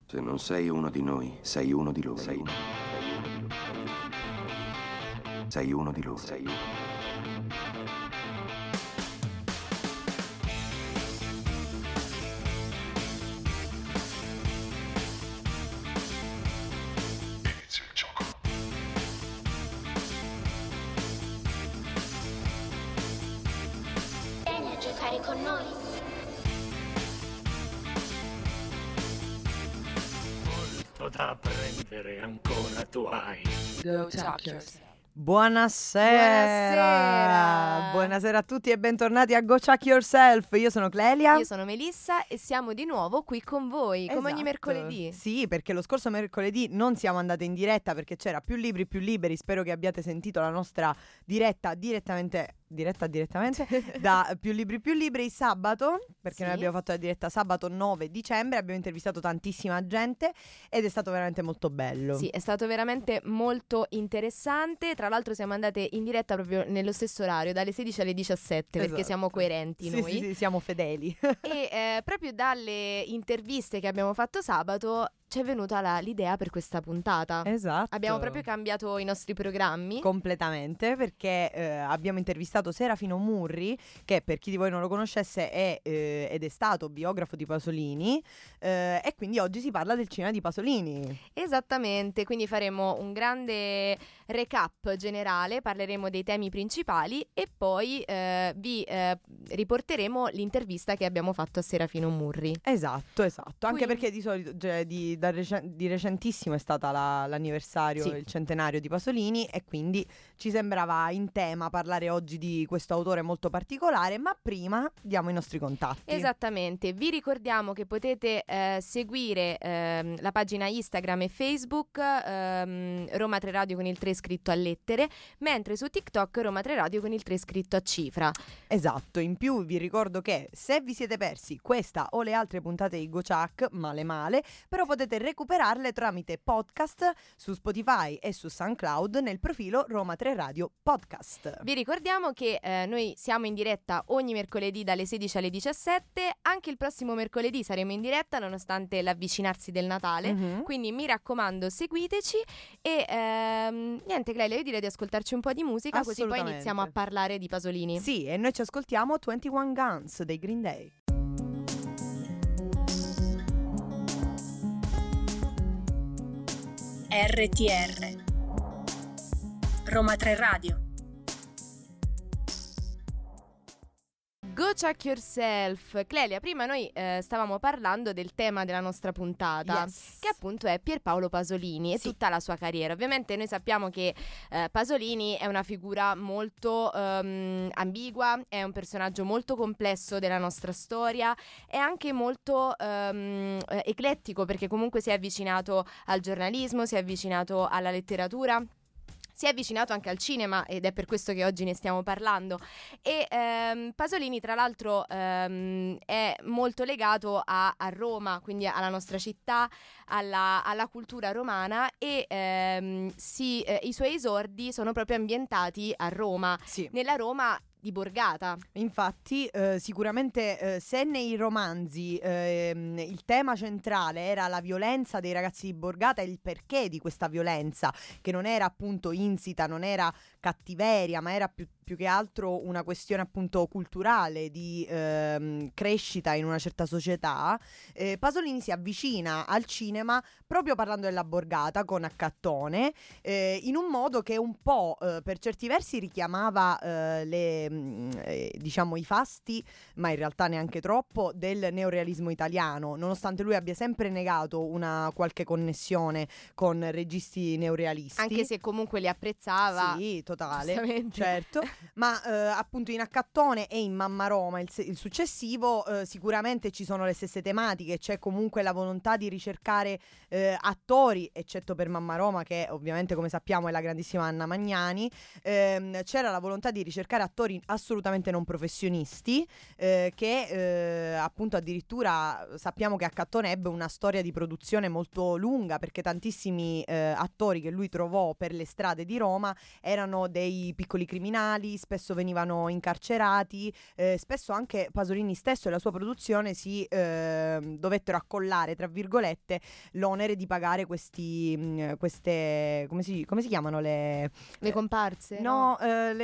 Se non sei uno di noi, sei uno di loro. Sei uno di loro. Inizia il gioco. Vieni a giocare con noi. Molto da prendere ancora tu hai. Go talk yourself. Buonasera. Buonasera a tutti e bentornati a Go Check Yourself. Io sono Clelia. Io sono Melissa e siamo di nuovo qui con voi, come ogni Esatto. mercoledì. Sì, perché lo scorso mercoledì non siamo andate in diretta perché c'era Più Libri Più Liberi. Spero che abbiate sentito la nostra direttamente da Più Libri Più Liberi sabato, perché Sì. noi abbiamo fatto la diretta sabato 9 dicembre, abbiamo intervistato tantissima gente ed è stato veramente molto bello. Sì, è stato veramente molto interessante. Tra l'altro siamo andate in diretta proprio nello stesso orario, dalle 16 alle 17, perché Esatto. siamo coerenti Sì, noi. sì, siamo fedeli. E proprio dalle interviste che abbiamo fatto sabato ci è venuta l'idea per questa puntata. Esatto. Abbiamo proprio cambiato i nostri programmi. Completamente, perché abbiamo intervistato Serafino Murri, che per chi di voi non lo conoscesse è ed è stato biografo di Pasolini, e quindi oggi si parla del cinema di Pasolini. Esattamente, quindi faremo un grande recap generale, parleremo dei temi principali e poi vi riporteremo l'intervista che abbiamo fatto a Serafino Murri. Esatto, anche Quindi- perché di solito di recentissimo è stata l'anniversario, Sì. il centenario di Pasolini, e quindi ci sembrava in tema parlare oggi di questo autore molto particolare, ma prima diamo i nostri contatti. Esattamente, vi ricordiamo che potete seguire la pagina Instagram e Facebook Roma 3 Radio con il 3 scritto a lettere, mentre su TikTok Roma 3 Radio con il 3 scritto a cifra. Esatto, in più vi ricordo che se vi siete persi questa o le altre puntate di GoChuck, male, però potete recuperarle tramite podcast su Spotify e su SoundCloud nel profilo Roma 3 Radio Podcast. Vi ricordiamo che noi siamo in diretta ogni mercoledì dalle 16 alle 17, anche il prossimo mercoledì saremo in diretta nonostante l'avvicinarsi del Natale, Mhm. quindi mi raccomando seguiteci e niente Clelia, io direi di ascoltarci un po' di musica così poi Assolutamente. iniziamo a parlare di Pasolini. Sì, e noi ci ascoltiamo 21 Guns dei Green Day. RTR Roma 3 Radio. Go Check Yourself. Clelia, prima noi stavamo parlando del tema della nostra puntata, Yes. che appunto è Pierpaolo Pasolini e Sì. tutta la sua carriera. Ovviamente noi sappiamo che Pasolini è una figura molto ambigua, è un personaggio molto complesso della nostra storia, è anche molto eclettico, perché comunque si è avvicinato al giornalismo, si è avvicinato alla letteratura. Si è avvicinato anche al cinema ed è per questo che oggi ne stiamo parlando. E Pasolini, tra l'altro, è molto legato a Roma, quindi alla nostra città, alla cultura romana e i suoi esordi sono proprio ambientati a Roma, Sì. nella Roma di Borgata. Infatti sicuramente se nei romanzi il tema centrale era la violenza dei ragazzi di Borgata e il perché di questa violenza, che non era appunto insita, non era cattiveria, ma era più che altro una questione appunto culturale di crescita in una certa società, Pasolini si avvicina al cinema proprio parlando della Borgata con Accattone, in un modo che un po' per certi versi richiamava diciamo i fasti, ma in realtà neanche troppo, del neorealismo italiano, nonostante lui abbia sempre negato una qualche connessione con registi neorealisti. Anche se comunque li apprezzava. Sì, totale, giustamente. certo. Ma appunto in Accattone e in Mamma Roma, il successivo, sicuramente ci sono le stesse tematiche, c'è comunque la volontà di ricercare attori, eccetto per Mamma Roma, che ovviamente come sappiamo è la grandissima Anna Magnani, c'era la volontà di ricercare attori attori assolutamente non professionisti, che appunto addirittura sappiamo che Accattone ebbe una storia di produzione molto lunga, perché tantissimi attori che lui trovò per le strade di Roma erano dei piccoli criminali, spesso venivano incarcerati, spesso anche Pasolini stesso e la sua produzione si dovettero accollare, tra virgolette, l'onere di pagare queste come si chiamano le comparse? no,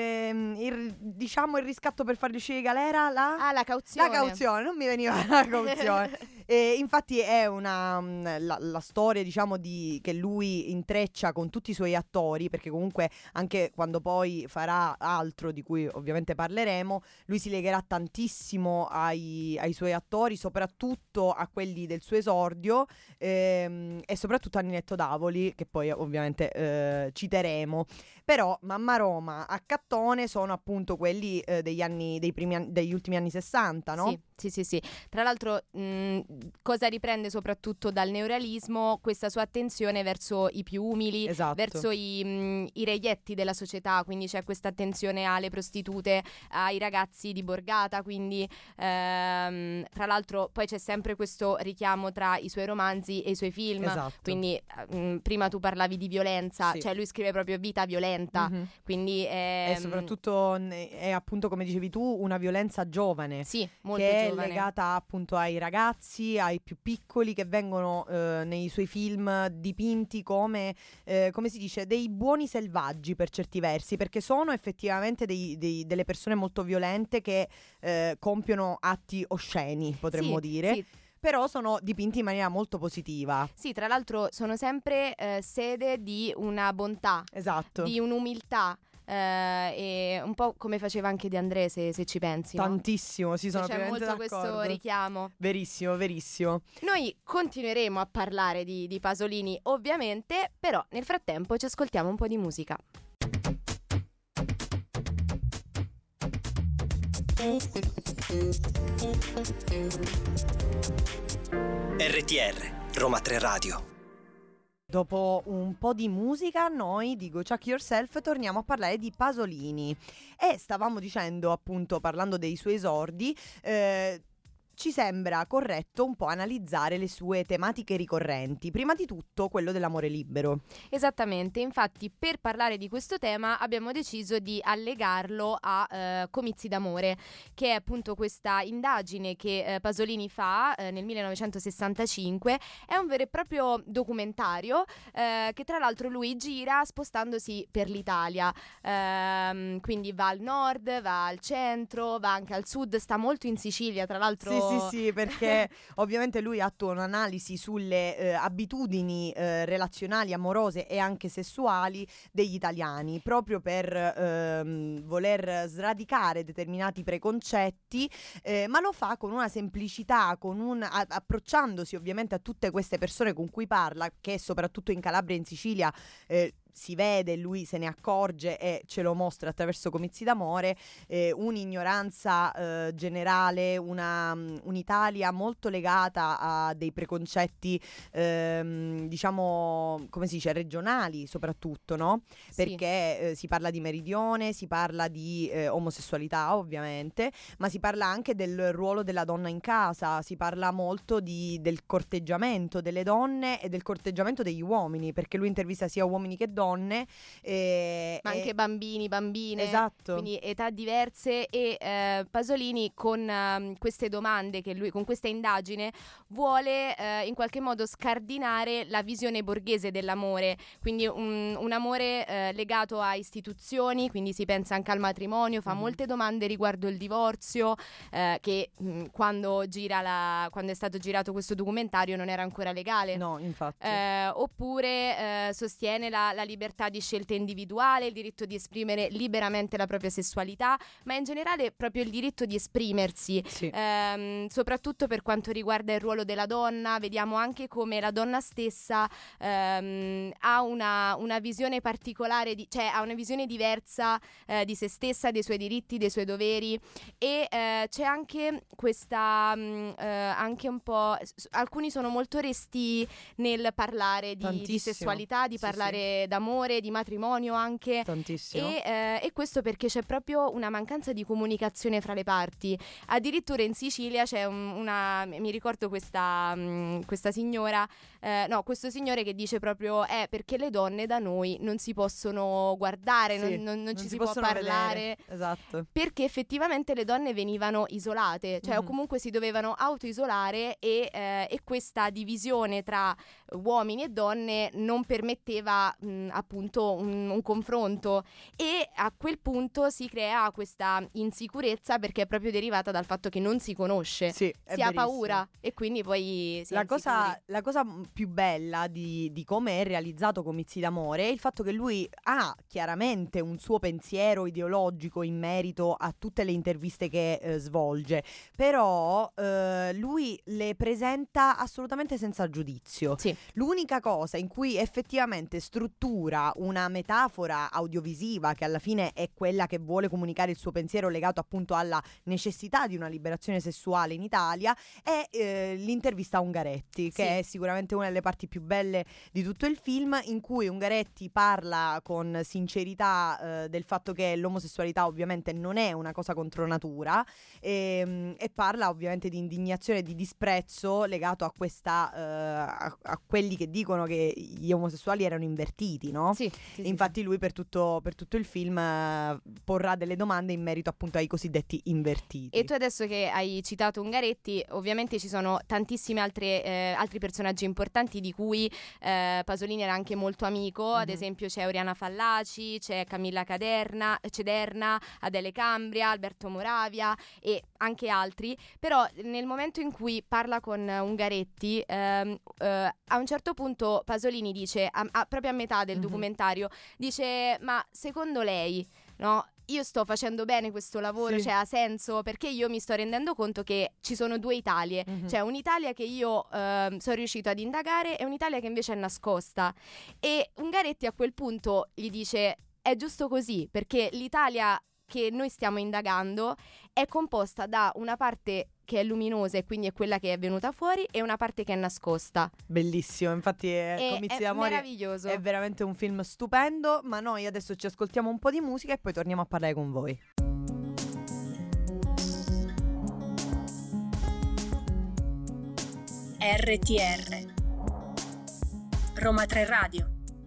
diciamo il riscatto per farli uscire di galera, la cauzione. la cauzione, non mi veniva la cauzione. E infatti è la storia, diciamo, che lui intreccia con tutti i suoi attori, perché comunque anche quando poi farà altro, di cui ovviamente parleremo, lui si legherà tantissimo ai suoi attori, soprattutto a quelli del suo esordio, e soprattutto a Ninetto Davoli, che poi ovviamente citeremo. Però Mamma Roma, Accattone sono appunto quelli degli ultimi anni 60, no? Sì. Tra l'altro cosa riprende soprattutto dal neorealismo? Questa sua attenzione verso i più umili, esatto, verso i reietti della società, quindi c'è questa attenzione alle prostitute, ai ragazzi di borgata, quindi tra l'altro poi c'è sempre questo richiamo tra i suoi romanzi e i suoi film, esatto. Quindi prima tu parlavi di violenza, sì, cioè lui scrive proprio vita violenta, quindi e soprattutto è appunto, come dicevi tu, una violenza giovane, sì, molto che giovane, è legata appunto ai ragazzi, ai più piccoli, che vengono nei suoi film dipinti come si dice, dei buoni selvaggi per certi versi, perché sono effettivamente delle persone molto violente che compiono atti osceni, potremmo dire. Sì. Però sono dipinti in maniera molto positiva. Sì, tra l'altro sono sempre sede di una bontà, esatto, di un'umiltà, e un po' come faceva anche De André, se ci pensi, no? Tantissimo, sì, sono c'è pienamente molto d'accordo. questo richiamo. Verissimo, verissimo. Noi continueremo a parlare di Pasolini, ovviamente, però nel frattempo ci ascoltiamo un po' di musica. RTR, Roma 3 Radio. Dopo un po' di musica, noi di Go Chuck Yourself torniamo a parlare di Pasolini. E stavamo dicendo, appunto, parlando dei suoi esordi, ci sembra corretto un po' analizzare le sue tematiche ricorrenti. Prima di tutto quello dell'amore libero. Esattamente, infatti per parlare di questo tema abbiamo deciso di allegarlo a Comizi d'amore, che è appunto questa indagine che Pasolini fa nel 1965. È un vero e proprio documentario che tra l'altro lui gira spostandosi per l'Italia, quindi va al nord, va al centro, va anche al sud, sta molto in Sicilia, tra l'altro. Sì, perché ovviamente lui attua un'analisi sulle abitudini relazionali, amorose e anche sessuali degli italiani, proprio per voler sradicare determinati preconcetti, ma lo fa con una semplicità, approcciandosi ovviamente a tutte queste persone con cui parla, che soprattutto in Calabria e in Sicilia si vede, lui se ne accorge e ce lo mostra attraverso Comizi d'amore, un'ignoranza generale, un'Italia molto legata a dei preconcetti diciamo, come si dice, regionali soprattutto, no? Sì. Perché si parla di meridione, si parla di omosessualità ovviamente, ma si parla anche del ruolo della donna in casa, si parla molto del corteggiamento delle donne e del corteggiamento degli uomini, perché lui intervista sia uomini che donne, ma anche bambini, bambine, esatto, quindi età diverse, e Pasolini con queste domande che lui, con questa indagine, vuole in qualche modo scardinare la visione borghese dell'amore, quindi un amore legato a istituzioni, quindi si pensa anche al matrimonio, fa molte domande riguardo il divorzio, che quando è stato girato questo documentario non era ancora legale. No, infatti. Oppure sostiene la libertà di scelta individuale, il diritto di esprimere liberamente la propria sessualità, ma in generale proprio il diritto di esprimersi, Sì. Soprattutto per quanto riguarda il ruolo della donna. Vediamo anche come la donna stessa ha una visione particolare, cioè ha una visione diversa di se stessa, dei suoi diritti, dei suoi doveri, e c'è anche questa anche un po', alcuni sono molto resti nel parlare di sessualità, di Sì, parlare d'amore, amore, di matrimonio anche. Tantissimo. E questo perché c'è proprio una mancanza di comunicazione fra le parti. Addirittura in Sicilia c'è mi ricordo questa signora, questo signore che dice proprio perché le donne da noi non si possono guardare, Sì, non ci si può possono parlare. vedere. Esatto. Perché effettivamente le donne venivano isolate, cioè o comunque si dovevano autoisolare e questa divisione tra uomini e donne non permetteva appunto un confronto, e a quel punto si crea questa insicurezza perché è proprio derivata dal fatto che non si conosce, Sì, si ha paura e quindi poi si è la cosa insicuri. più bella di come è realizzato Comizi d'amore è il fatto che lui ha chiaramente un suo pensiero ideologico in merito a tutte le interviste che svolge, però lui le presenta assolutamente senza giudizio. Sì. L'unica cosa in cui effettivamente struttura una metafora audiovisiva, che alla fine è quella che vuole comunicare il suo pensiero legato appunto alla necessità di una liberazione sessuale in Italia, è l'intervista a Ungaretti, che Sì. è sicuramente una delle parti più belle di tutto il film, in cui Ungaretti parla con sincerità del fatto che l'omosessualità ovviamente non è una cosa contro natura, e parla ovviamente di indignazione e di disprezzo legato a questa a quelli che dicono che gli omosessuali erano invertiti, no? Sì, Infatti lui per tutto il film porrà delle domande in merito appunto ai cosiddetti invertiti. E tu adesso che hai citato Ungaretti, ovviamente ci sono tantissimi altri personaggi importanti di cui Pasolini era anche molto amico, ad esempio c'è Oriana Fallaci, c'è Camilla Cederna, Adele Cambria, Alberto Moravia e anche altri, però nel momento in cui parla con Ungaretti a un certo punto Pasolini dice, proprio a metà del documentario, dice: ma secondo lei, no, io sto facendo bene questo lavoro, Sì. cioè ha senso, perché io mi sto rendendo conto che ci sono due Italie, cioè un'Italia che io sono riuscito ad indagare e un'Italia che invece è nascosta. E Ungaretti a quel punto gli dice: è giusto così, perché l'Italia che noi stiamo indagando è composta da una parte che è luminosa e quindi è quella che è venuta fuori e una parte che è nascosta. Bellissimo, infatti Comizi d'amore meraviglioso. è veramente un film stupendo, ma noi adesso ci ascoltiamo un po' di musica e poi torniamo a parlare con voi. RTR Roma 3 Radio.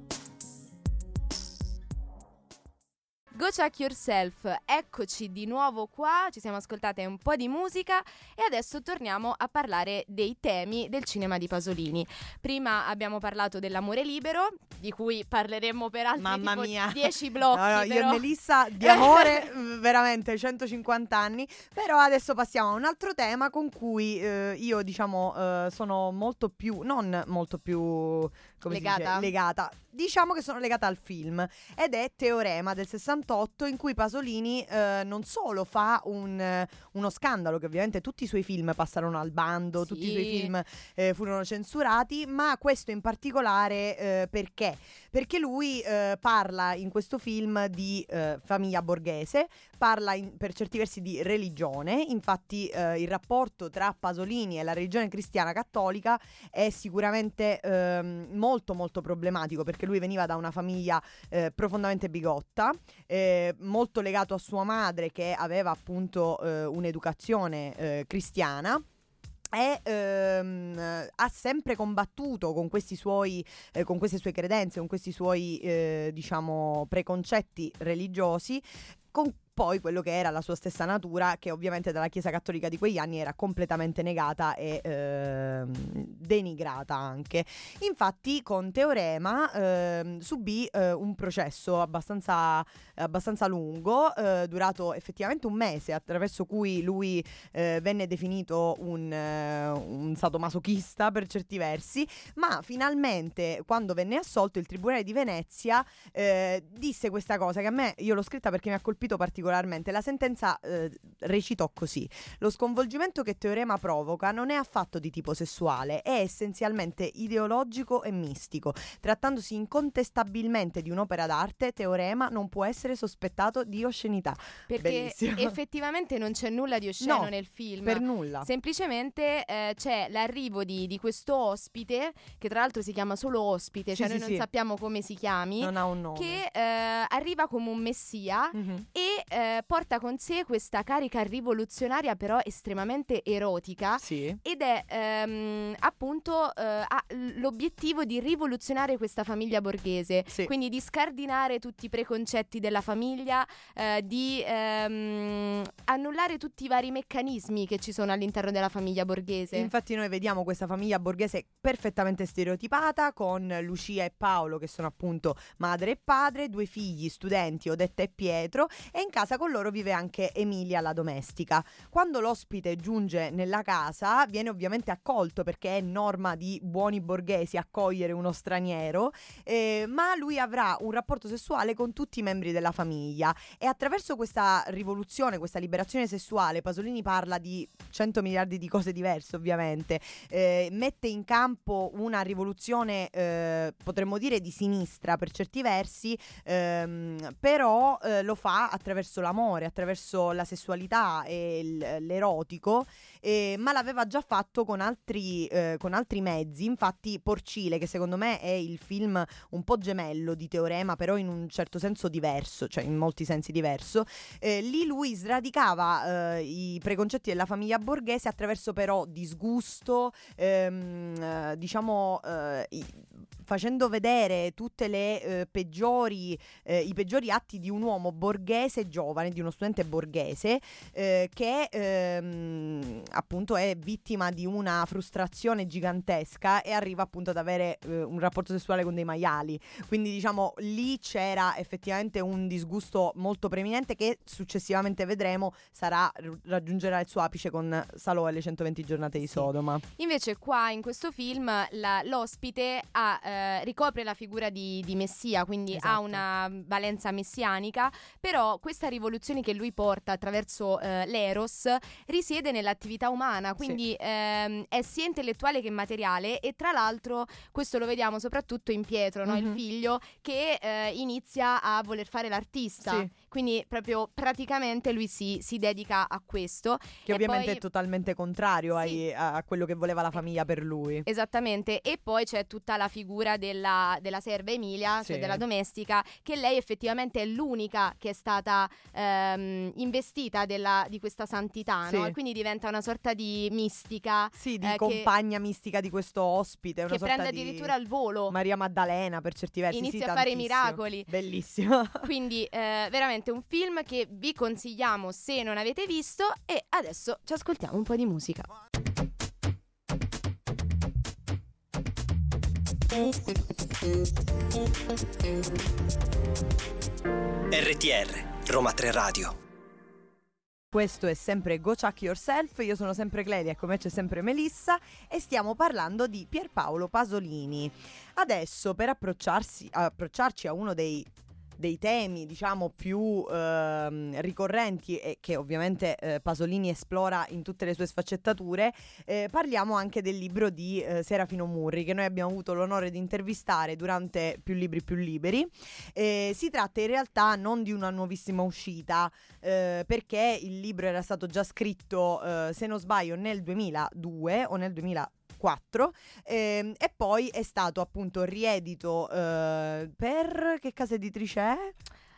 Go Check Yourself, eccoci di nuovo qua, ci siamo ascoltate un po' di musica e adesso torniamo a parlare dei temi del cinema di Pasolini. Prima abbiamo parlato dell'amore libero, di cui parleremo per altri Mamma tipo mia. 10 blocchi. No, io però. e Melissa di amore veramente 150 anni. Però adesso passiamo a un altro tema con cui io diciamo sono molto più, non molto più come Legata? si dice? Legata. Diciamo che sono legata al film, ed è Teorema del 68, in cui Pasolini non solo fa uno scandalo, che ovviamente tutti i suoi film passarono al bando, Sì. tutti i suoi film furono censurati, ma questo in particolare perché? Perché lui parla in questo film di famiglia borghese, parla per certi versi di religione. Infatti il rapporto tra Pasolini e la religione cristiana cattolica è sicuramente molto molto problematico, perché lui veniva da una famiglia profondamente bigotta, molto legato a sua madre, che aveva appunto un'educazione cristiana. E ha sempre combattuto con questi suoi con queste sue credenze, con questi suoi diciamo preconcetti religiosi, con poi quello che era la sua stessa natura, che ovviamente dalla Chiesa Cattolica di quegli anni era completamente negata e denigrata anche. Infatti con Teorema subì un processo abbastanza lungo, durato effettivamente un mese, attraverso cui lui venne definito un sadomasochista per certi versi, ma finalmente quando venne assolto il Tribunale di Venezia disse questa cosa che a me, io l'ho scritta perché mi ha colpito particolarmente. particolarmente. La sentenza recitò così: lo sconvolgimento che Teorema provoca non è affatto di tipo sessuale, è essenzialmente ideologico e mistico. Trattandosi incontestabilmente di un'opera d'arte, Teorema non può essere sospettato di oscenità. Perché Bellissimo. effettivamente non c'è nulla di osceno No, nel film. Per nulla. Semplicemente c'è l'arrivo di questo ospite, che tra l'altro si chiama solo ospite, Sì, cioè sì, noi non sì. sappiamo come si chiami, Non ha un nome. che arriva come un messia Mhm. e porta con sé questa carica rivoluzionaria però estremamente erotica. Sì. Ed è appunto ha l'obiettivo di rivoluzionare questa famiglia borghese, Sì. quindi di scardinare tutti i preconcetti della famiglia, di annullare tutti i vari meccanismi che ci sono all'interno della famiglia borghese. Infatti noi vediamo questa famiglia borghese perfettamente stereotipata, con Lucia e Paolo che sono appunto madre e padre, 2 figli studenti, Odetta e Pietro, e in casa con loro vive anche Emilia, la domestica. Quando l'ospite giunge nella casa viene ovviamente accolto, perché è norma di buoni borghesi accogliere uno straniero, ma lui avrà un rapporto sessuale con tutti i membri della famiglia, e attraverso questa rivoluzione, questa liberazione sessuale, Pasolini parla di 100 miliardi di cose diverse ovviamente, mette in campo una rivoluzione potremmo dire di sinistra per certi versi, però lo fa attraverso l'amore, attraverso la sessualità e l'erotico, ma l'aveva già fatto con altri mezzi. Infatti Porcile, che secondo me è il film un po' gemello di Teorema, però in un certo senso diverso, cioè in molti sensi diverso, lì lui sradicava i preconcetti della famiglia borghese attraverso però disgusto, facendo vedere tutte le i peggiori atti di un uomo borghese giovane, di uno studente borghese, che appunto è vittima di una frustrazione gigantesca e arriva appunto ad avere un rapporto sessuale con dei maiali. Quindi diciamo lì c'era effettivamente un disgusto molto preminente, che successivamente vedremo raggiungerà il suo apice con Salò e le 120 giornate di Sodoma. Invece qua in questo film l'ospite ricopre la figura di messia, quindi Esatto. ha una valenza messianica, però questa rivoluzione che lui porta attraverso l'eros risiede nell'attività umana, quindi è sia intellettuale che materiale, e tra l'altro questo lo vediamo soprattutto in Pietro, no? Il figlio che inizia a voler fare l'artista, Sì. quindi proprio praticamente lui si dedica a questo, Che e ovviamente poi è totalmente contrario Sì. a quello che voleva la famiglia per lui. Esattamente, e poi c'è tutta la figura della serva Emilia, Sì. cioè della domestica, che lei effettivamente è l'unica che è stata investita di questa santità, no? Sì. E quindi diventa una sorta di mistica, Sì, di che compagna mistica di questo ospite, una che sorta prende di addirittura il volo, Maria Maddalena per certi versi. inizia sì, a fare tantissimo. miracoli. Bellissimo. Quindi veramente un film che vi consigliamo se non avete visto, e adesso ci ascoltiamo un po' di musica. RTR, Roma 3 Radio. Questo è sempre Go Chuck Yourself, io sono sempre Clelia e con me c'è sempre Melissa e stiamo parlando di Pierpaolo Pasolini. Adesso, per approcciarci a uno dei temi diciamo più ricorrenti e che ovviamente Pasolini esplora in tutte le sue sfaccettature, parliamo anche del libro di Serafino Murri, che noi abbiamo avuto l'onore di intervistare durante Più Libri Più Liberi. Si tratta in realtà non di una nuovissima uscita, perché il libro era stato già scritto, se non sbaglio, nel 2002 o nel 2004, e poi è stato appunto riedito per che casa editrice è?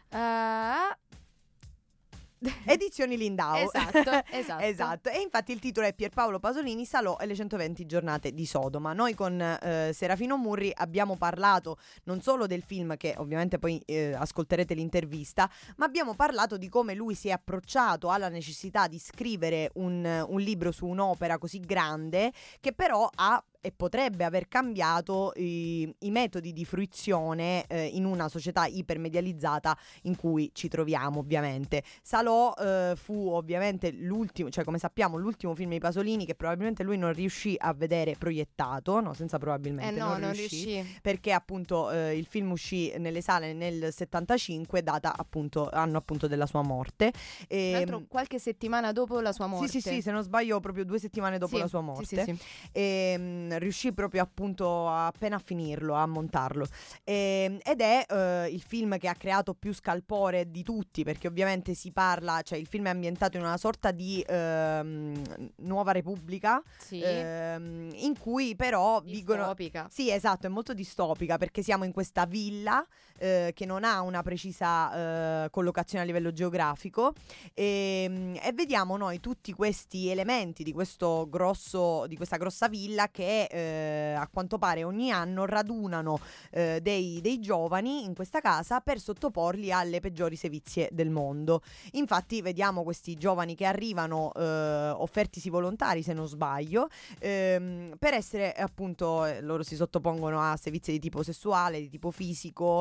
Edizioni Lindau. Esatto. E infatti il titolo è Pierpaolo Pasolini, Salò e le 120 giornate di Sodoma. Noi con Serafino Murri abbiamo parlato non solo del film, che ovviamente poi ascolterete l'intervista, ma abbiamo parlato di come lui si è approcciato alla necessità di scrivere un libro su un'opera così grande, che però ha e potrebbe aver cambiato i metodi di fruizione in una società ipermedializzata in cui ci troviamo, ovviamente. Salò fu ovviamente l'ultimo, cioè come sappiamo l'ultimo film di Pasolini che probabilmente lui non riuscì a vedere proiettato, no, senza probabilmente, non riuscì. perché appunto il film uscì nelle sale nel 75, data appunto anno appunto della sua morte. Tra l'altro qualche settimana dopo la sua morte. Sì, se non sbaglio proprio 2 settimane dopo la sua morte. Sì. Riuscì proprio appunto appena a finirlo, a montarlo. Ed è il film che ha creato più scalpore di tutti, perché ovviamente si parla, cioè il film è ambientato in una sorta di nuova repubblica, in cui però distopica. Sì, esatto, è molto distopica, perché siamo in questa villa che non ha una precisa collocazione a livello geografico, e vediamo noi tutti questi elementi di questa grossa villa che a quanto pare ogni anno radunano dei giovani in questa casa per sottoporli alle peggiori sevizie del mondo. Infatti vediamo questi giovani che arrivano offertisi volontari, se non sbaglio, per essere appunto, loro si sottopongono a sevizie di tipo sessuale, di tipo fisico,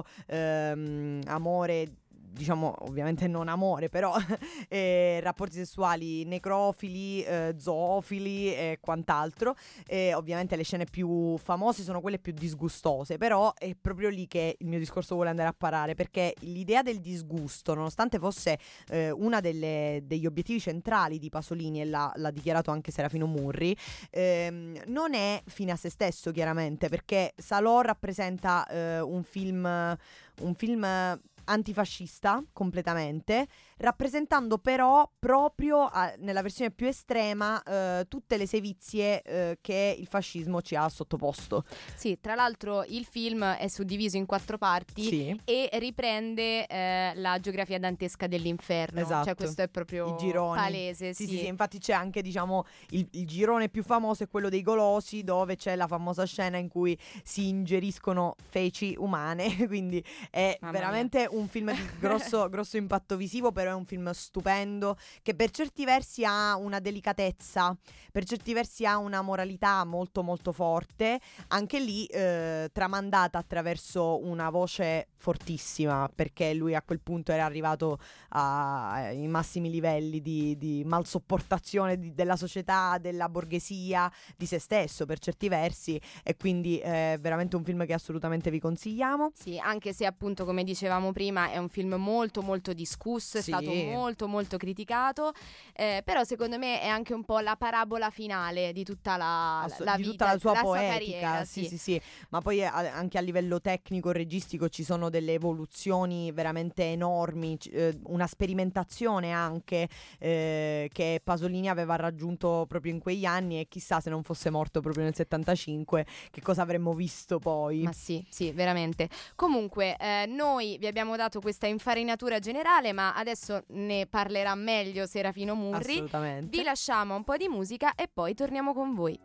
amore, diciamo ovviamente non amore, però rapporti sessuali necrofili, zoofili e quant'altro. Ovviamente le scene più famose sono quelle più disgustose, però è proprio lì che il mio discorso vuole andare a parare, perché l'idea del disgusto, nonostante fosse una degli obiettivi centrali di Pasolini, e l'ha dichiarato anche Serafino Murri, non è fine a se stesso, chiaramente, perché Salò rappresenta un film antifascista completamente, rappresentando però proprio nella versione più estrema tutte le sevizie che il fascismo ci ha sottoposto. Sì, tra l'altro il film è suddiviso in 4 parti e riprende la geografia dantesca dell'inferno. Esatto. Cioè questo è proprio i gironi. palese. Sì, infatti c'è anche, diciamo, il girone più famoso è quello dei golosi, dove c'è la famosa scena in cui si ingeriscono feci umane, quindi è veramente un film di grosso impatto visivo, però è un film stupendo, che per certi versi ha una delicatezza, per certi versi ha una moralità molto molto forte, anche lì tramandata attraverso una voce fortissima, perché lui a quel punto era arrivato ai massimi livelli di malsopportazione della società, della borghesia, di se stesso per certi versi, e quindi è veramente un film che assolutamente vi consigliamo. Sì, anche se appunto, come dicevamo prima, è un film molto molto discusso, è stato molto molto criticato, però secondo me è anche un po' la parabola finale di tutta la di vita, tutta la sua poetica, sua carriera, sì. Ma poi anche a livello tecnico registico ci sono delle evoluzioni veramente enormi, una sperimentazione anche che Pasolini aveva raggiunto proprio in quegli anni, e chissà se non fosse morto proprio nel 75 che cosa avremmo visto poi. Ma sì, veramente. Comunque noi vi abbiamo dato questa infarinatura generale, ma adesso ne parlerà meglio Serafino Murri. Assolutamente. Vi lasciamo un po' di musica e poi torniamo con voi.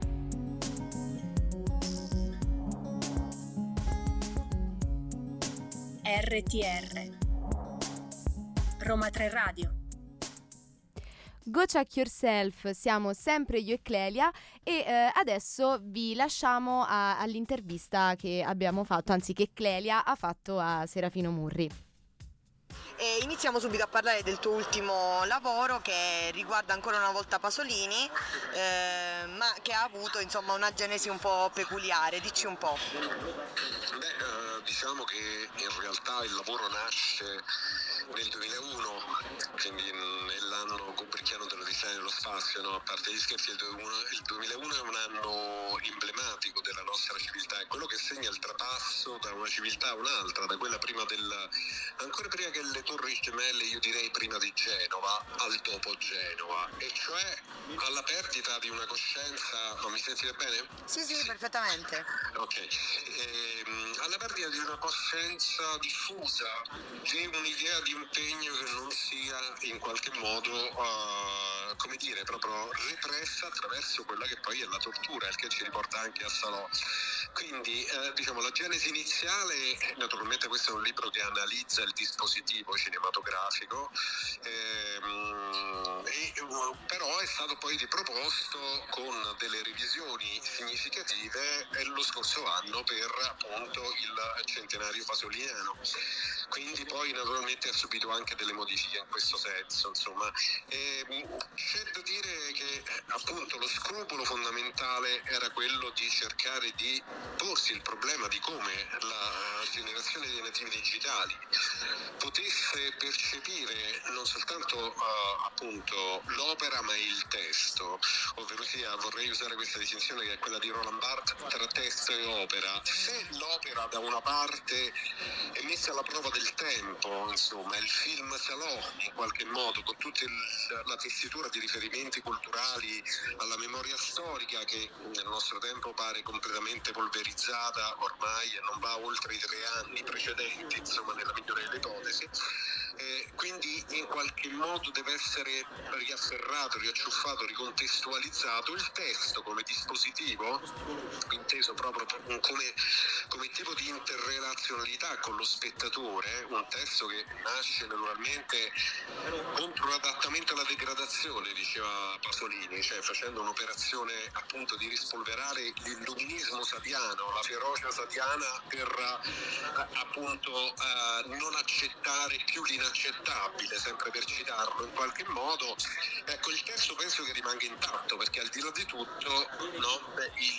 RTR Roma 3 Radio. Go Check Yourself, siamo sempre io e Clelia, e adesso vi lasciamo all'intervista che abbiamo fatto, anzi che Clelia ha fatto a Serafino Murri. Iniziamo subito a parlare del tuo ultimo lavoro, che riguarda ancora una volta Pasolini, ma che ha avuto insomma una genesi un po' peculiare. Dici un po'. Diciamo che in realtà il lavoro nasce nel 2001, quindi nell'anno kubrickiano dell'Odissea nello spazio, no? A parte gli scherzi, il 2001 è un anno emblematico della nostra civiltà, è quello che segna il trapasso da una civiltà a un'altra, da quella ancora prima che le torri gemelle, io direi prima di Genova, al dopo Genova, e cioè alla perdita di una coscienza. Ma mi sentite bene? Sì, perfettamente. Ok, alla perdita di una coscienza diffusa, di un'idea di impegno che non sia in qualche modo come dire, proprio repressa attraverso quella che poi è la tortura, il che ci riporta anche a Salò. Quindi diciamo la genesi iniziale, naturalmente questo è un libro che analizza il dispositivo cinematografico, però è stato poi riproposto con delle revisioni significative lo scorso anno per appunto il centenario pasoliniano. Quindi poi naturalmente ha subito anche delle modifiche in questo senso, insomma. C'è da dire che appunto lo scrupolo fondamentale era quello di cercare di porsi il problema di come la generazione dei nativi digitali potesse percepire non soltanto appunto l'opera ma il testo, ovvero sia, vorrei usare questa distinzione che è quella di Roland Barthes tra testo e opera. Se l'opera da una parte è messa alla prova del tempo, insomma, il film Salò in qualche modo con tutta la tessitura di riferimenti culturali alla memoria storica che nel nostro tempo pare completamente polverizzata ormai e non va oltre i 3 anni precedenti, insomma, nella migliore delle ipotesi. Quindi in qualche modo deve essere riafferrato, riacciuffato, ricontestualizzato il testo come dispositivo, inteso proprio come tipo di interrelazionalità con lo spettatore, un testo che nasce naturalmente contro l'adattamento alla degradazione, diceva Pasolini, cioè facendo un'operazione appunto di rispolverare l'illuminismo sadiano, la ferocia sadiana per appunto non accettare più l'inaccettabile, sempre per citarlo in qualche modo. Ecco, il testo penso che rimanga intatto perché al di là di tutto, no,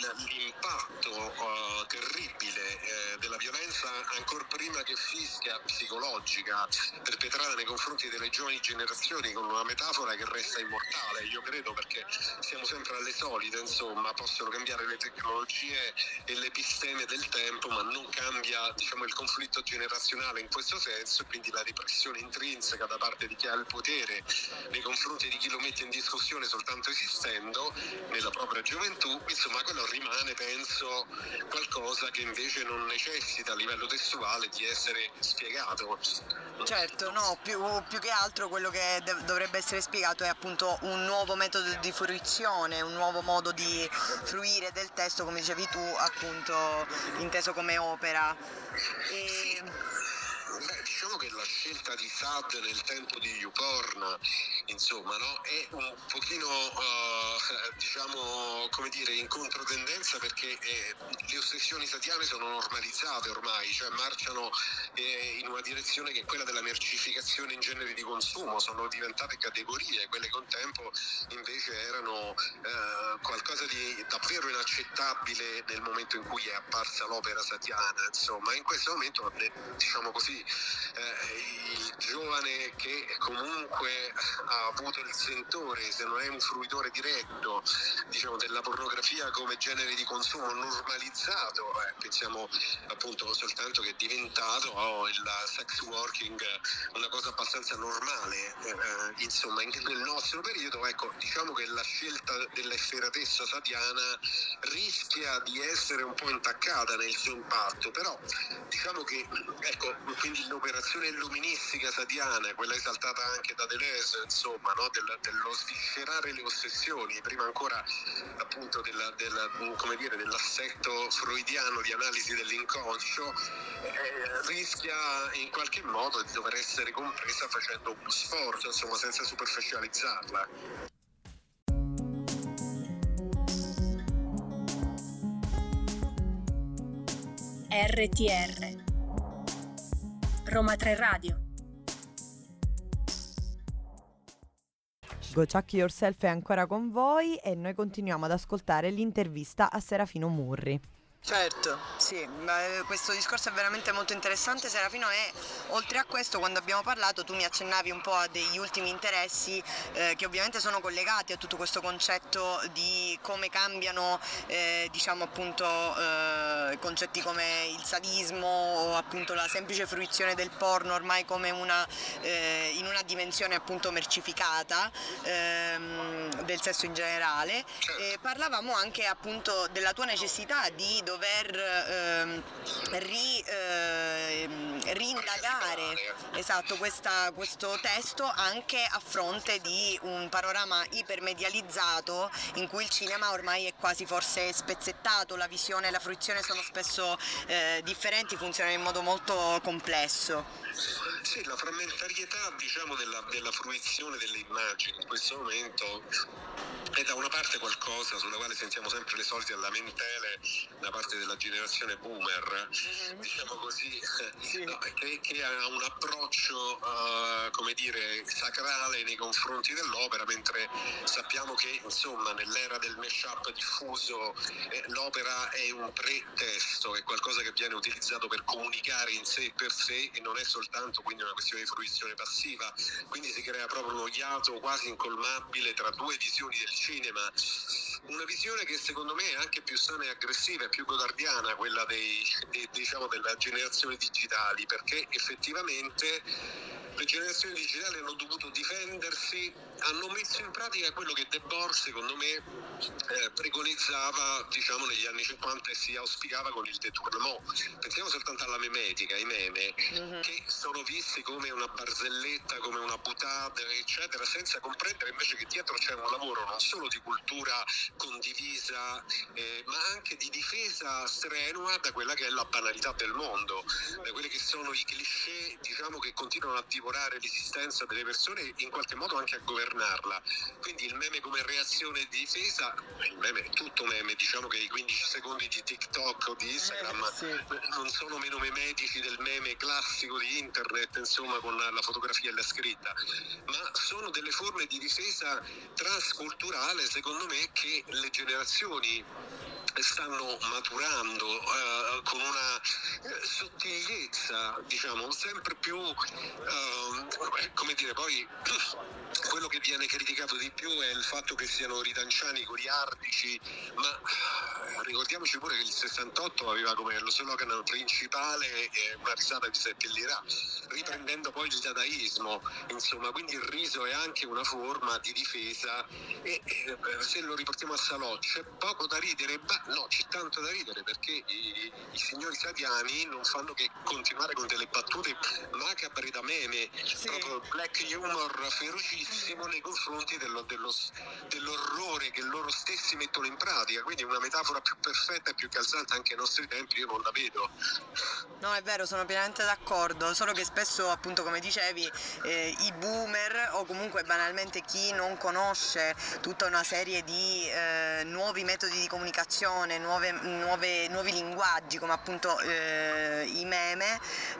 l'impatto terribile della violenza ancor prima che fisica, psicologica, perpetrata nei confronti delle giovani generazioni con una metafora che resta immortale, io credo, perché siamo sempre alle solite, insomma, possono cambiare le tecnologie e l'episteme del tempo, ma non cambia, diciamo, il conflitto generazionale in questo senso, quindi la repressione intrinseca da parte di chi ha il potere nei confronti di chi lo mette in discussione soltanto esistendo nella propria gioventù, insomma quello rimane, penso, qualcosa che invece non necessita a livello testuale di essere spiegato. Certo, no, più che altro quello che dovrebbe essere spiegato è appunto un nuovo metodo di fruizione, un nuovo modo di fruire del testo, come dicevi tu, appunto inteso come opera. Diciamo che la scelta di Sade nel tempo di YouPorn, insomma, no, è un pochino diciamo, come dire, in controtendenza, perché le ossessioni sadiane sono normalizzate ormai, cioè marciano in una direzione che è quella della mercificazione in genere di consumo, sono diventate categorie, quelle che un tempo invece erano qualcosa di davvero inaccettabile nel momento in cui è apparsa l'opera sadiana, insomma. In questo momento, diciamo così, il giovane che comunque ha avuto il sentore, se non è un fruitore diretto, diciamo, della pornografia come genere di consumo normalizzato, pensiamo appunto soltanto che è diventato il sex working una cosa abbastanza normale, insomma, nel nostro periodo. Ecco, diciamo che la scelta dell'efferatezza sadiana rischia di essere un po' intaccata nel suo impatto, però diciamo che, ecco, quindi l'operazione illuministica sadiana, quella esaltata anche da Deleuze, insomma, no? dello sviscerare le ossessioni, prima ancora appunto come dire, dell'assetto freudiano di analisi dell'inconscio, rischia in qualche modo di dover essere compresa facendo uno sforzo, insomma, senza superficializzarla. RTR Roma 3 Radio. Go Chuck Yourself è ancora con voi e noi continuiamo ad ascoltare l'intervista a Serafino Murri. Certo, sì, questo discorso è veramente molto interessante, Serafino, e oltre a questo, quando abbiamo parlato, tu mi accennavi un po' a degli ultimi interessi che ovviamente sono collegati a tutto questo concetto di come cambiano, diciamo appunto, concetti come il sadismo o appunto la semplice fruizione del porno ormai come in una dimensione appunto mercificata del sesso in generale. Parlavamo anche appunto della tua necessità di dover indagare esatto questo testo anche a fronte di un panorama ipermedializzato in cui il cinema ormai è quasi forse spezzettato, la visione e la fruizione sono spesso differenti, funzionano in modo molto complesso. Sì, la frammentarietà diciamo della fruizione delle immagini in questo momento è da una parte qualcosa sulla quale sentiamo sempre le solite lamentele da parte della generazione boomer, diciamo così, sì. No, che ha un approccio come dire sacrale nei confronti dell'opera, mentre sappiamo che insomma nell'era del mashup diffuso l'opera è un pretesto, è qualcosa che viene utilizzato per comunicare in sé e per sé e non è soltanto quindi una questione di fruizione passiva, quindi si crea proprio uno iato quasi incolmabile tra due visioni del cinema, una visione che secondo me è anche più sana e aggressiva e più godardiana, quella diciamo della generazione digitali, perché effettivamente le generazioni digitali hanno dovuto difendersi, hanno messo in pratica quello che Debord secondo me preconizzava diciamo negli anni 50 e si auspicava con il détournement. Pensiamo soltanto alla memetica, ai meme che sono visti come una barzelletta, come una boutade eccetera, senza comprendere invece che dietro c'è un lavoro non solo di cultura condivisa ma anche di difesa strenua da quella che è la banalità del mondo, da quelli che sono i cliché diciamo che continuano a divorare l'esistenza delle persone e in qualche modo anche a governarla. Quindi il meme come reazione di difesa, il meme è tutto meme, diciamo che i 15 secondi di TikTok o di Instagram non sono meno memetici del meme classico di internet, insomma con la fotografia e la scritta, ma sono delle forme di difesa transculturale secondo me che le generazioni stanno maturando con una sottigliezza diciamo sempre più come dire, poi quello che viene criticato di più è il fatto che siano ritanciani, goliardici, ma ricordiamoci pure che il 68 aveva come lo slogan principale una risata vi seppellirà, riprendendo poi il dadaismo, insomma, quindi il riso è anche una forma di difesa e se lo riportiamo a Salò c'è poco da ridere, ma no, c'è tanto da ridere perché i signori Saviani non fanno che continuare con delle battute macabre da meme, proprio black humor ferocissimo nei confronti dell'orrore che loro stessi mettono in pratica, quindi una metafora più perfetta e più calzante anche ai nostri tempi io non la vedo. No, è vero, sono pienamente d'accordo, solo che spesso appunto come dicevi i boomer o comunque banalmente chi non conosce tutta una serie di nuovi metodi di comunicazione, nuovi linguaggi come appunto i meme,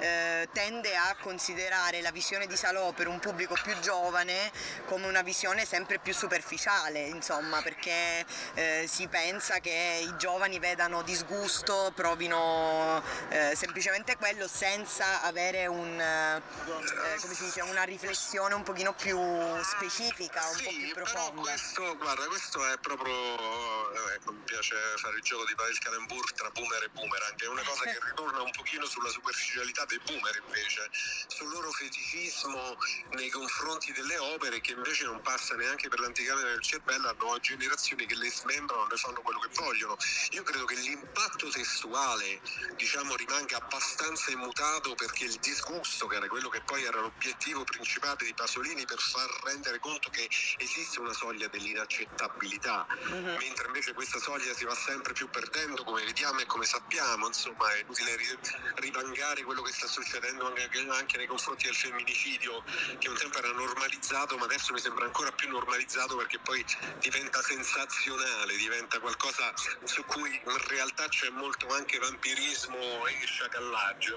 tende a considerare la visione di Salò per un pubblico più giovane come una visione sempre più superficiale, insomma, perché si pensa che i giovani vedano disgusto, provino semplicemente quello senza avere come si dice, una riflessione un pochino più specifica, un po' più profonda. Però questo è proprio mi piace fare il gioco di Pavel Calembour tra boomer e boomerang, è una cosa che ritorna un pochino sulla superficialità dei boomer invece, sul loro feticismo nei confronti delle opere che invece non passa neanche per l'anticamera del cervello a nuove generazioni che le smembrano, ne fanno quello che vogliono. Io credo che l'impatto testuale diciamo rimanga abbastanza immutato perché il disgusto, che era quello che poi era l'obiettivo principale di Pasolini per far rendere conto che esiste una soglia dell'inaccettabilità, mentre invece questa soglia si va sempre più perdendo come vediamo e come sappiamo, insomma è inutile rivangare quello che sta succedendo anche nei confronti del femminicidio che un tempo era normalizzato ma adesso mi sembra ancora più normalizzato perché poi diventa sensazionale, diventa qualcosa su cui in realtà c'è molto anche vampirismo e sciacallaggio.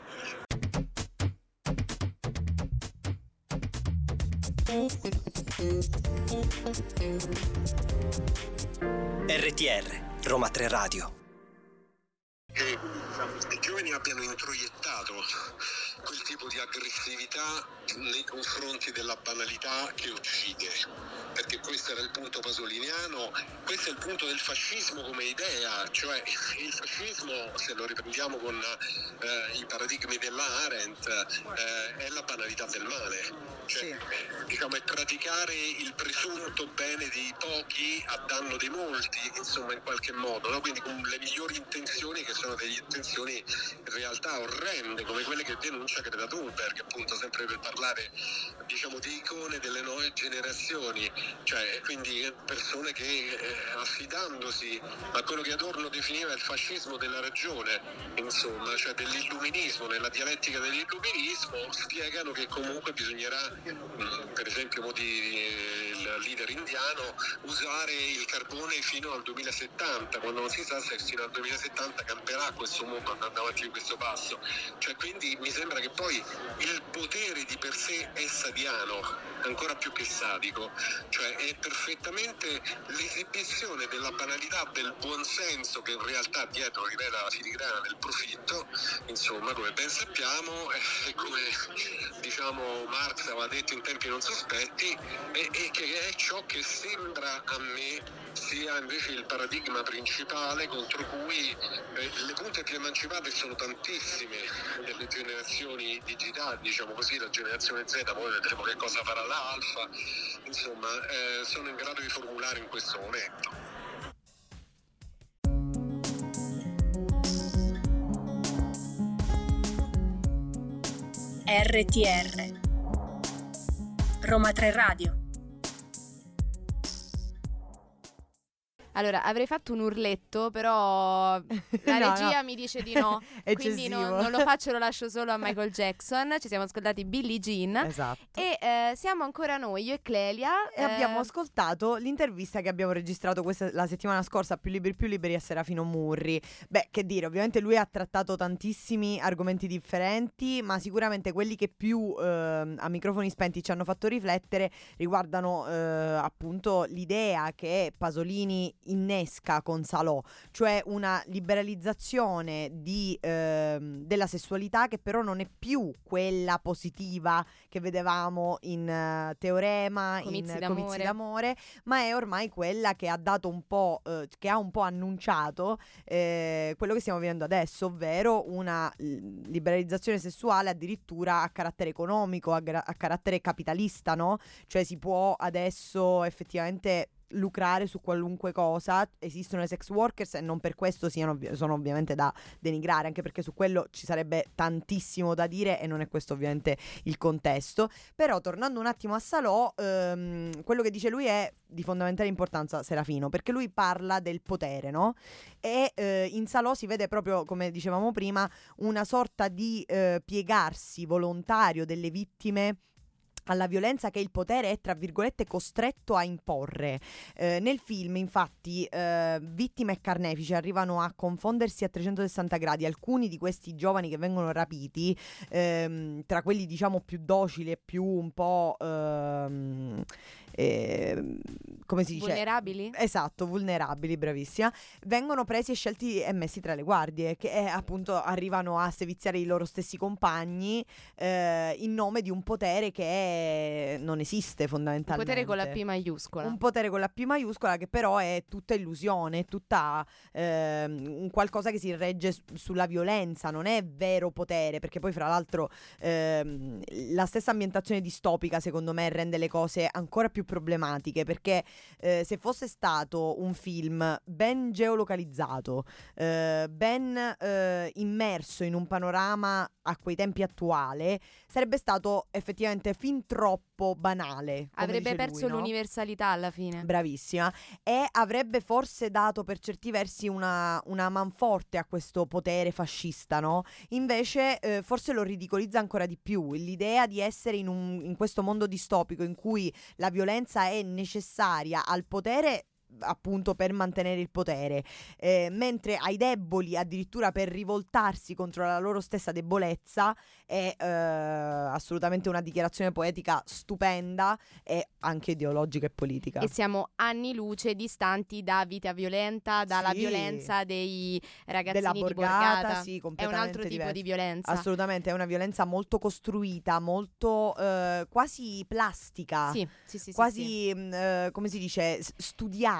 RTR, Roma 3 Radio. Che i giovani abbiano introiettato quel tipo di aggressività nei confronti della banalità che uccide, perché questo era il punto pasoliniano, questo è il punto del fascismo come idea, cioè il fascismo, se lo riprendiamo con i paradigmi della Arendt, è la banalità del male. Cioè, diciamo, è praticare il presunto bene di pochi a danno di molti, insomma, in qualche modo, no? Quindi con le migliori intenzioni che sono delle intenzioni realtà orrende come quelle che denuncia Greta Thunberg, appunto, sempre per parlare, diciamo, di icone delle nuove generazioni, cioè quindi persone che affidandosi a quello che Adorno definiva il fascismo della ragione, insomma, cioè dell'illuminismo, nella dialettica dell'illuminismo, spiegano che comunque bisognerà, per esempio il leader indiano, usare il carbone fino al 2070, quando non si sa se fino al 2070 camperà questo mondo andando avanti di questo passo. Cioè, quindi mi sembra che poi il potere di per sé è sadiano, ancora più che sadico, cioè è perfettamente l'esibizione della banalità del buonsenso che in realtà dietro rivela la filigrana del profitto, insomma, come ben sappiamo, e come diciamo Marx aveva detto in tempi non sospetti, e che è ciò che sembra a me sia invece il paradigma principale contro cui le punte più emancipate sono tantissime delle generazioni digitali, diciamo così, la generazione Z, poi vedremo che cosa farà la Alfa, insomma, sono in grado di formulare in questo momento. RTR Roma 3 Radio. Allora, avrei fatto un urletto, però la regia mi dice di no, quindi non lo faccio, lo lascio solo a Michael Jackson. Ci siamo ascoltati Billie Jean. Esatto. E siamo ancora noi, io e Clelia. E abbiamo ascoltato l'intervista che abbiamo registrato la settimana scorsa a Più Liberi a Serafino Murri. Beh, che dire, ovviamente lui ha trattato tantissimi argomenti differenti, ma sicuramente quelli che più a microfoni spenti ci hanno fatto riflettere riguardano appunto l'idea che Pasolini innesca con Salò, cioè una liberalizzazione della sessualità che però non è più quella positiva che vedevamo in Teorema, Comizi d'amore, ma è ormai quella che ha dato un po', che ha un po' annunciato quello che stiamo vivendo adesso, ovvero una liberalizzazione sessuale addirittura a carattere economico, a carattere capitalista, no? Cioè si può adesso effettivamente lucrare su qualunque cosa. Esistono le sex workers e non per questo sono ovviamente da denigrare, anche perché su quello ci sarebbe tantissimo da dire e non è questo ovviamente il contesto. Però tornando un attimo a Salò, quello che dice lui è di fondamentale importanza, Serafino, perché lui parla del potere, no? E in Salò si vede proprio, come dicevamo prima, una sorta di piegarsi volontario delle vittime alla violenza che il potere è, tra virgolette, costretto a imporre. Nel film, infatti, vittime e carnefici arrivano a confondersi a 360 gradi. Alcuni di questi giovani che vengono rapiti, tra quelli diciamo più docili e più un po' come si dice? Vulnerabili? Esatto, vulnerabili, bravissima. Vengono presi e scelti e messi tra le guardie, che appunto arrivano a seviziare i loro stessi compagni in nome di un potere che non esiste fondamentalmente. Un potere con la P maiuscola. Un potere con la P maiuscola che però è tutta illusione, è tutta un qualcosa che si regge sulla violenza, non è vero potere, perché poi fra l'altro la stessa ambientazione distopica secondo me rende le cose ancora più problematiche, perché se fosse stato un film ben geolocalizzato, ben immerso in un panorama a quei tempi attuale, sarebbe stato effettivamente fin troppo banale. Avrebbe dice perso lui, no? l'universalità alla fine. Bravissima. E avrebbe forse dato per certi versi una manforte a questo potere fascista, no? Invece forse lo ridicolizza ancora di più. L'idea di essere in questo mondo distopico in cui la violenza è necessaria al potere, appunto per mantenere il potere, mentre ai deboli addirittura per rivoltarsi contro la loro stessa debolezza, è assolutamente una dichiarazione poetica stupenda e anche ideologica e politica. E siamo anni luce distanti da Vita Violenta, dalla Sì. violenza dei ragazzini Della di borgata, Borgata. sì, È un completamente altro tipo diverso. di violenza. Assolutamente, è una violenza molto costruita, molto quasi plastica. Sì, sì, sì, sì, Quasi come si dice, studiata,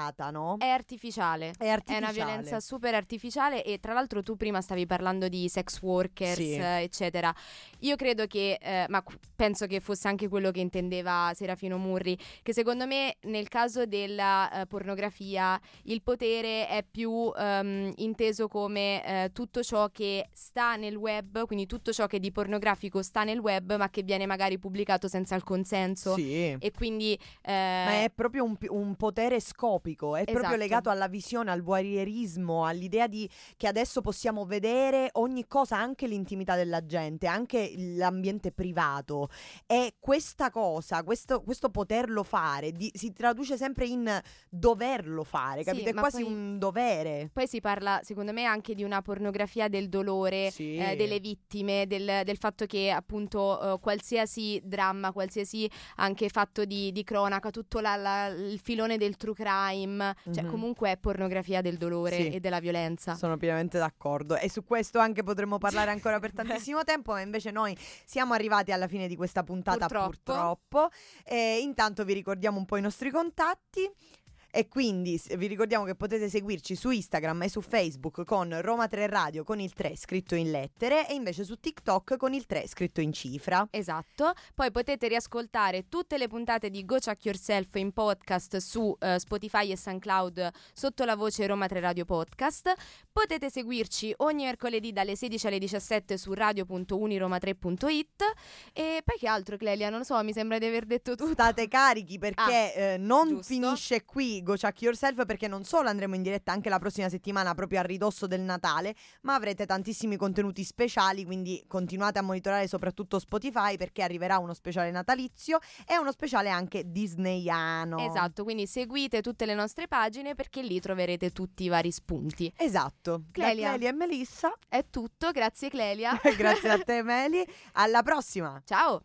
creata, no? È artificiale. È artificiale. È una violenza super artificiale e tra l'altro tu prima stavi parlando di sex workers, Sì. eccetera. Io credo che, penso che fosse anche quello che intendeva Serafino Murri, che secondo me nel caso della pornografia il potere è più inteso come tutto ciò che sta nel web, quindi tutto ciò che di pornografico sta nel web ma che viene magari pubblicato senza il consenso. Sì. E quindi Ma è proprio un potere scopico, è proprio Esatto. legato alla visione, al voyeurismo, all'idea di che adesso possiamo vedere ogni cosa, anche l'intimità della gente, anche l'ambiente privato. E questa cosa, questo poterlo fare, si traduce sempre in doverlo fare, Sì, capito? È ma quasi poi- un dovere. Poi si parla, secondo me, anche di una pornografia del dolore, Sì. delle vittime, del fatto che appunto qualsiasi dramma, qualsiasi anche fatto di cronaca, tutto il filone del true crime, cioè Mhm. comunque è pornografia del dolore Sì. e della violenza. Sono pienamente d'accordo e su questo anche potremmo parlare ancora per tantissimo tempo, ma invece noi siamo arrivati alla fine di questa puntata purtroppo. E intanto vi ricordiamo un po' i nostri contatti. E quindi vi ricordiamo che potete seguirci su Instagram e su Facebook con Roma 3 Radio con il 3 scritto in lettere e invece su TikTok con il 3 scritto in cifra. Esatto, poi potete riascoltare tutte le puntate di Go Check Yourself in podcast su Spotify e SoundCloud sotto la voce Roma 3 Radio Podcast. Potete seguirci ogni mercoledì dalle 16 alle 17 su radio.uniroma3.it. E poi che altro, Clelia? Non lo so, mi sembra di aver detto tutto. State carichi perché non giusto. finisce qui Go Check Yourself, perché non solo andremo in diretta anche la prossima settimana proprio a ridosso del Natale, ma avrete tantissimi contenuti speciali, quindi continuate a monitorare soprattutto Spotify perché arriverà uno speciale natalizio e uno speciale anche disneyano. Esatto, quindi seguite tutte le nostre pagine perché lì troverete tutti i vari spunti. Esatto. Clelia. Da Clelia e Melissa. È tutto, grazie Clelia. Grazie a te Meli. Alla prossima. Ciao.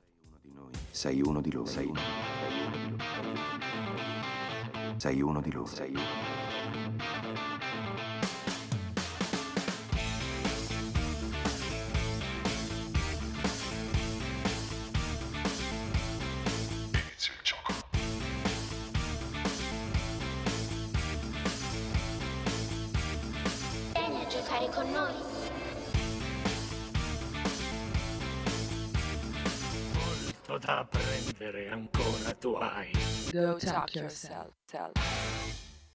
Sei uno di noi. Sei uno di loro. Sei uno di loro. Sei uno. Inizio il gioco. Vieni a giocare con noi. Molto da apprendere ancora tu hai. Go talk yourself.